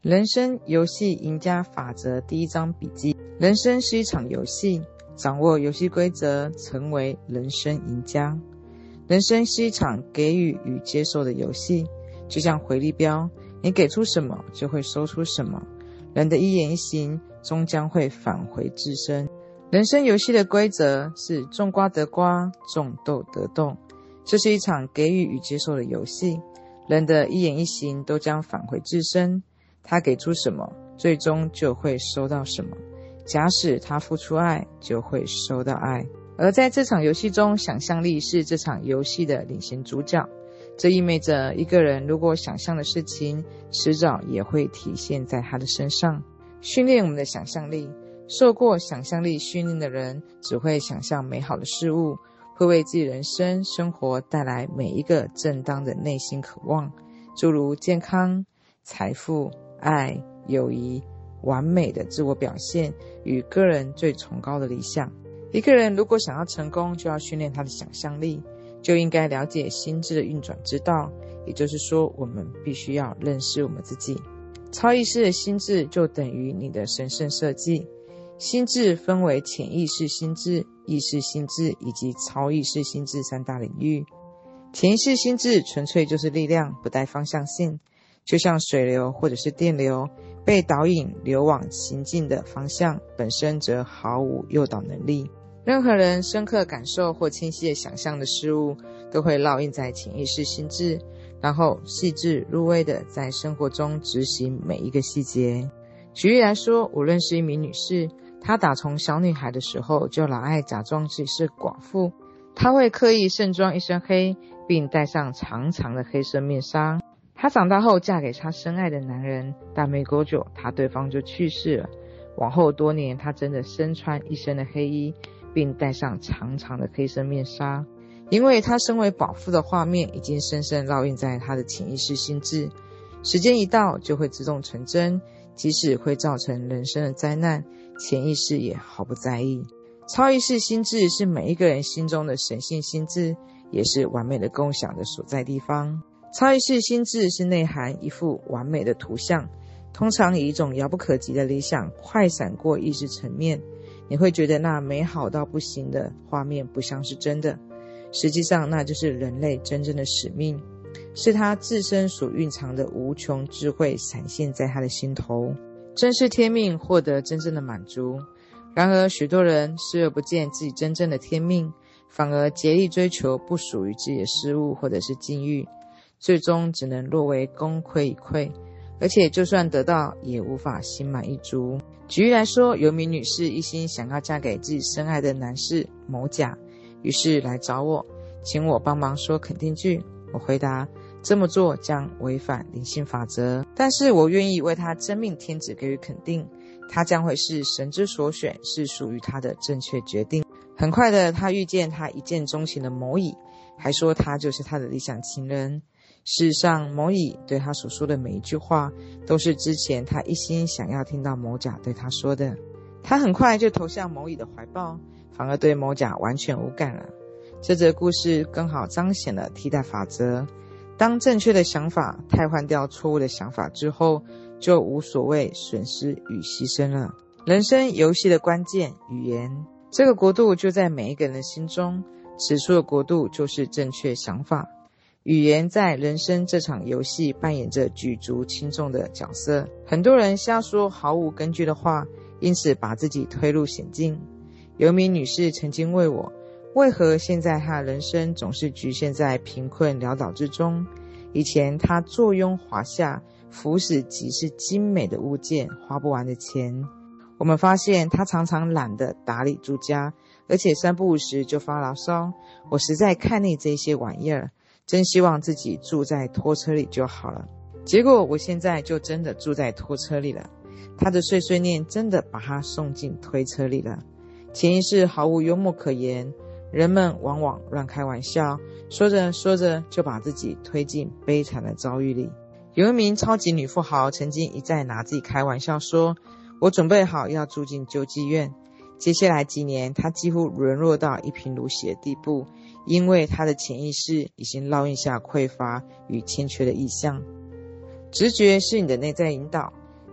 人生游戏赢家法则第一章笔记：人生是一场游戏，掌握游戏规则，成为人生赢家。人生是一场给予与接受的游戏，就像回力镖，你给出什么就会收出什么。人的一言一行终将会返回自身。人生游戏的规则是种瓜得瓜，种豆得豆。这是一场给予与接受的游戏，人的一言一行都将返回自身。他给出什么，最终就会收到什么。假使他付出爱，就会收到爱。而在这场游戏中，想象力是这场游戏的领衔主角。这意味着一个人如果想象的事情，迟早也会体现在他的身上。训练我们的想象力，受过想象力训练的人，只会想象美好的事物，会为自己人生生活带来每一个正当的内心渴望，诸如健康、财富、爱、友谊、完美的自我表现与个人最崇高的理想。一个人如果想要成功，就要训练他的想象力，就应该了解心智的运转之道，也就是说，我们必须要认识我们自己。超意识的心智就等于你的神圣设计。心智分为潜意识心智、意识心智以及超意识心智三大领域。潜意识心智纯粹就是力量，不带方向性，就像水流或者是电流，被导引流往行进的方向，本身则毫无诱导能力。任何人深刻感受或清晰地想象的事物，都会烙印在潜意识心智，然后细致入微地在生活中执行每一个细节。举例来说，我认识一名女士，她打从小女孩的时候就老爱假装自己是寡妇，她会刻意盛装一身黑，并戴上长长的黑色面纱。她长大后嫁给她深爱的男人，但没多久她对方就去世了。往后多年，她真的身穿一身的黑衣，并戴上长长的黑色面纱，因为她身为寡妇的画面已经深深烙印在她的潜意识心智，时间一到就会自动成真，即使会造成人生的灾难，潜意识也毫不在意。超意识心智是每一个人心中的神性心智，也是完美的共享的所在地方。超意识心智是内含一幅完美的图像，通常以一种遥不可及的理想快闪过意识层面，你会觉得那美好到不行的画面不像是真的，实际上那就是人类真正的使命，是他自身所蕴藏的无穷智慧闪现在他的心头，正是天命，获得真正的满足。然而许多人视而不见自己真正的天命，反而竭力追求不属于自己的事物或者是境遇，最终只能落为功亏一篑，而且就算得到也无法心满意足。举例来说，有名女士一心想要嫁给自己深爱的男士某甲，于是来找我，请我帮忙说肯定句。我回答，这么做将违反灵性法则，但是我愿意为他真命天子给予肯定，他将会是神之所选，是属于他的正确决定。很快的，他遇见他一见钟情的某乙，还说他就是他的理想情人。事实上，某乙对他所说的每一句话，都是之前他一心想要听到某甲对他说的。他很快就投向某乙的怀抱，反而对某甲完全无感了。这则故事刚好彰显了替代法则。当正确的想法替换掉错误的想法之后，就无所谓损失与牺牲了。人生游戏的关键，语言。这个国度就在每一个人的心中，此处的国度就是正确想法。语言在人生这场游戏扮演着举足轻重的角色。很多人瞎说毫无根据的话，因此把自己推入险境。有一名女士曾经问我，为何现在她的人生总是局限在贫困潦倒之中？以前她坐拥华夏，服侍极是精美的物件，花不完的钱。我们发现她常常懒得打理住家，而且三不五时就发牢骚。我实在看腻这些玩意儿，真希望自己住在拖车里就好了。结果我现在就真的住在拖车里了，她的碎碎念真的把她送进推车里了。潜意识毫无幽默可言，人们往往乱开玩笑，说着说着就把自己推进悲惨的遭遇里。有一名超级女富豪曾经一再拿自己开玩笑说，我准备好要住进救济院。接下来几年，她几乎沦落到一贫如洗的地步，因为她的潜意识已经烙印下匮乏与欠缺的意象。直觉是你的内在引导，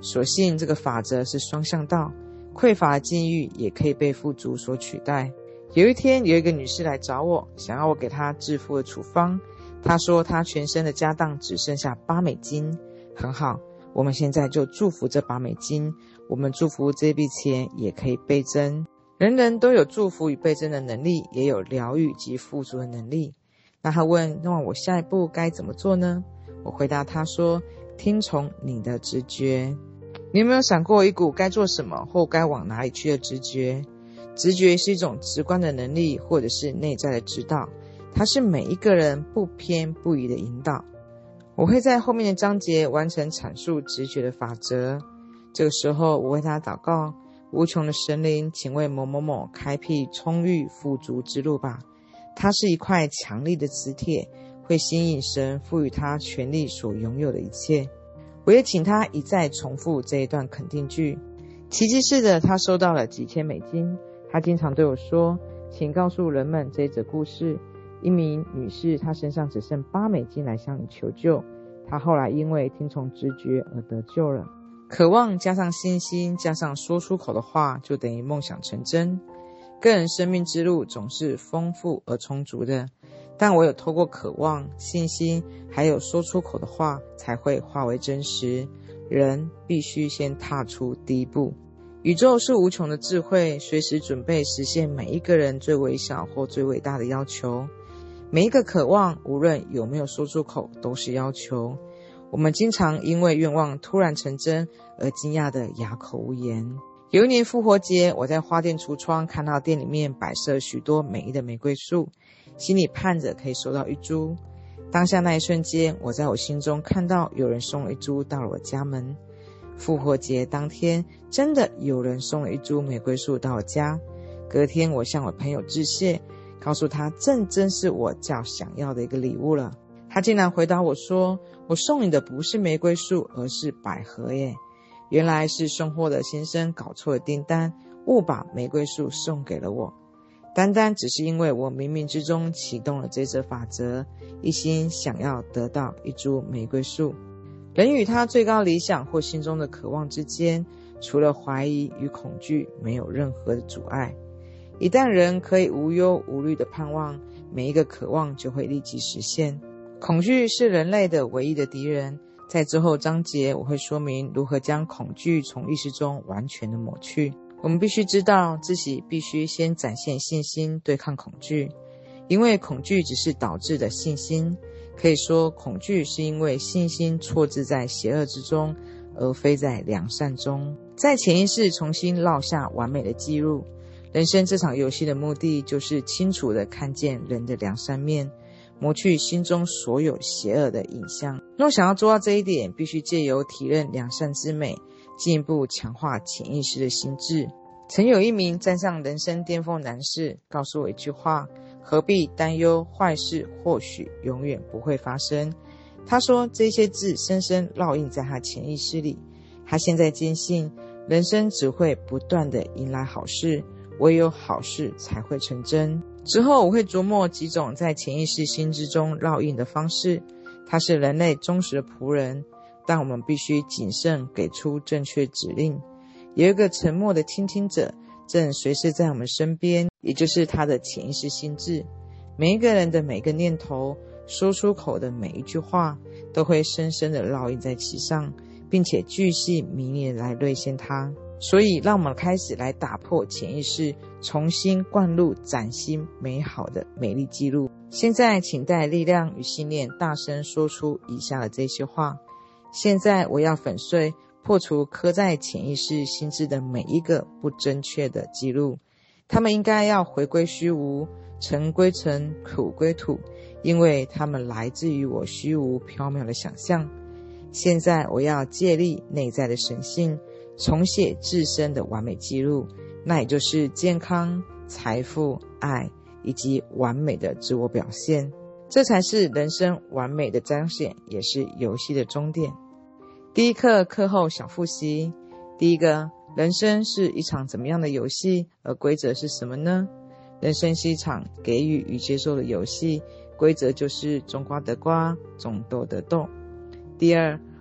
所幸这个法则是双向道，匮乏的境遇也可以被富足所取代。有一天，有一个女士来找我，想要我给她致富的处方。她说她全身的家当只剩下$8，很好，我们现在就祝福这$8，我们祝福这笔钱也可以倍增。人人都有祝福与倍增的能力，也有疗愈及富足的能力。那她问，那我下一步该怎么做呢？我回答她说，听从你的直觉。你有没有想过一股该做什么或该往哪里去的直觉？直觉是一种直观的能力，或者是内在的指导，它是每一个人不偏不倚的引导。我会在后面的章节完成阐述直觉的法则。这个时候我为他祷告，无穷的神灵，请为某某某开辟充裕富足之路吧。它是一块强力的磁铁，会吸引神赋予他权力所拥有的一切。我也请他一再重复这一段肯定句。奇迹似的，他收到了几千美金。他经常对我说，请告诉人们这一则故事。一名女士，她身上只剩$8来向你求救，她后来因为听从直觉而得救了。渴望加上信心加上说出口的话，就等于梦想成真。个人生命之路总是丰富而充足的，但唯有透过渴望、信心还有说出口的话，才会化为真实。人必须先踏出第一步。宇宙是无穷的智慧，随时准备实现每一个人最微小或最伟大的要求。每一个渴望，无论有没有说出口，都是要求。我们经常因为愿望突然成真而惊讶得哑口无言。有一年复活节，我在花店橱窗看到店里面摆设许多美丽的玫瑰树，心里盼着可以收到一株。当下那一瞬间，我在我心中看到有人送了一株到了我家门。复活节当天，真的有人送了一株玫瑰树到我家。隔天我向我朋友致谢，告诉他这真是我较想要的一个礼物了。他竟然回答我说，我送你的不是玫瑰树，而是百合耶。原来是送货的先生搞错了订单，误把玫瑰树送给了我。单单只是因为我冥冥之中启动了这则法则，一心想要得到一株玫瑰树。人与他最高理想或心中的渴望之间，除了怀疑与恐惧，没有任何的阻碍。一旦人可以无忧无虑的盼望，每一个渴望就会立即实现。恐惧是人类的唯一的敌人。在之后章节，我会说明如何将恐惧从意识中完全的抹去。我们必须知道，自己必须先展现信心对抗恐惧，因为恐惧只是导致的信心。可以说，恐惧是因为信心错置在邪恶之中，而非在良善中。在潜意识重新烙下完美的记录。人生这场游戏的目的，就是清楚地看见人的良善面，抹去心中所有邪恶的影像。若想要做到这一点，必须借由体认良善之美，进一步强化潜意识的心智。曾有一名站上人生巅峰男士告诉我一句话，何必担忧坏事或许永远不会发生。他说这些字深深烙印在他潜意识里。他现在坚信，人生只会不断地迎来好事，唯有好事才会成真。之后我会琢磨几种在潜意识心智中烙印的方式。它是人类忠实的仆人，但我们必须谨慎给出正确指令。有一个沉默的倾听者正随时在我们身边，也就是他的潜意识心智。每一个人的每个念头，说出口的每一句话，都会深深地烙印在其上，并且巨细靡遗来兑现它。所以让我们开始来打破潜意识，重新灌入崭新美好的美丽记录。现在请带力量与信念大声说出以下的这些话。现在我要粉碎破除刻在潜意识心智的每一个不正确的记录，它们应该要回归虚无，尘归尘，土归土，因为它们来自于我虚无缥缈的想象。现在我要借力内在的神性，重写自身的完美记录，那也就是健康、财富、爱以及完美的自我表现。这才是人生完美的彰显，也是游戏的终点。第一课课后小复习。第一个，人生是一场怎么样的游戏，而规则是什么呢？人生是一场给予与接受的游戏，规则就是种瓜得瓜，种豆得豆。第二，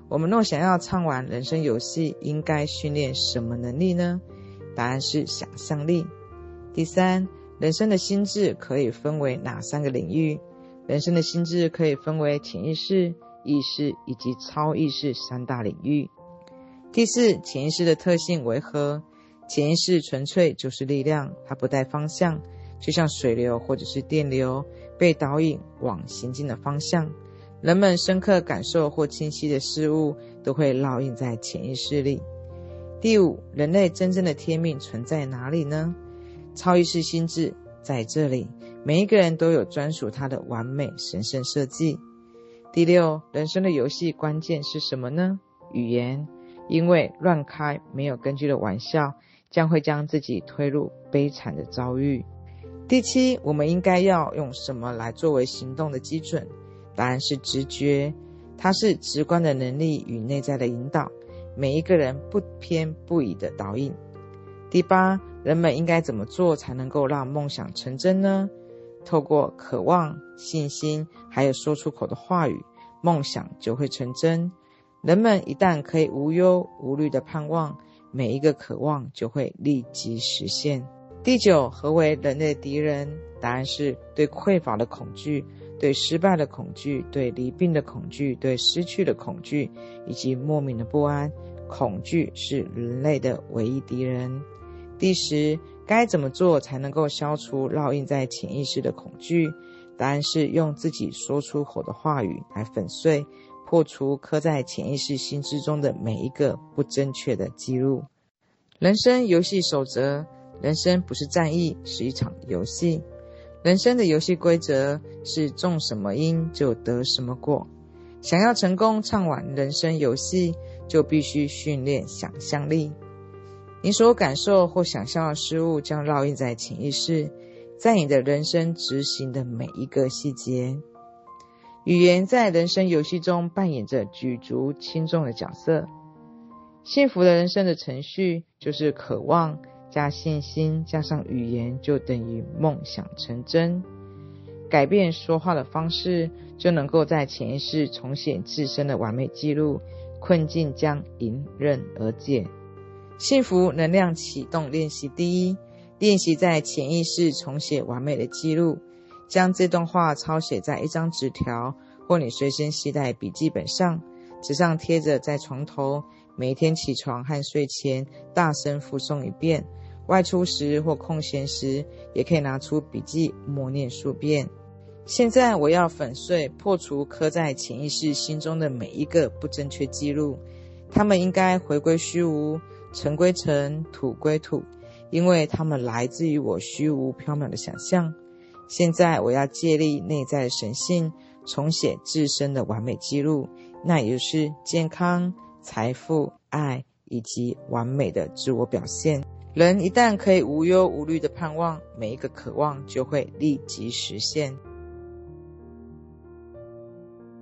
我们若想要畅玩人生游戏，应该训练什么能力呢？答案是想象力。第三，人生的心智可以分为哪3个领域？人生的心智可以分为潜意识、意识以及超意识3大领域。第四，潜意识的特性为何？潜意识纯粹就是力量，它不带方向，就像水流或者是电流，被导引往行进的方向。人们深刻感受或清晰的事物都会烙印在潜意识里。第五，人类真正的天命存在哪里呢？超意识心智在这里，每一个人都有专属他的完美神圣设计。第六，人生的游戏关键是什么呢？语言，因为乱开没有根据的玩笑将会将自己推入悲惨的遭遇。第七，我们应该要用什么来作为行动的基准？答案是直觉，它是直观的能力与内在的引导，每一个人不偏不倚的导引。第八，人们应该怎么做才能够让梦想成真呢？透过渴望、信心，还有说出口的话语，梦想就会成真。人们一旦可以无忧无虑的盼望，每一个渴望就会立即实现。第九，何为人类敌人？答案是对匮乏的恐惧，对失败的恐惧，对离病的恐惧，对失去的恐惧，以及莫名的不安。恐惧是人类的唯一敌人。第十，该怎么做才能够消除烙印在潜意识的恐惧？答案是用自己说出口的话语来粉碎、破除刻在潜意识心智中的每一个不正确的记录。人生游戏守则，人生不是战役，是一场游戏。人生的游戏规则是种什么因就得什么果。想要成功畅玩人生游戏，就必须训练想象力。你所感受或想象的事物将烙印在潜意识，在你的人生执行的每一个细节。语言在人生游戏中扮演着举足轻重的角色。幸福的人生的程序就是渴望加信心加上语言，就等于梦想成真。改变说话的方式，就能够在潜意识重写自身的完美记录，困境将迎刃而解。幸福能量启动练习第一，练习在潜意识重写完美的记录，将这段话抄写在一张纸条或你随身携带笔记本上，纸上贴着在床头，每天起床和睡前大声复诵一遍，外出时或空闲时也可以拿出笔记默念数遍。现在我要粉碎破除刻在潜意识心中的每一个不正确记录，它们应该回归虚无，尘归尘，土归土，因为它们来自于我虚无缥缈的想象。现在我要借力内在的神性，重写自身的完美记录，那也就是健康、财富、爱以及完美的自我表现。人一旦可以无忧无虑的盼望，每一个渴望就会立即实现。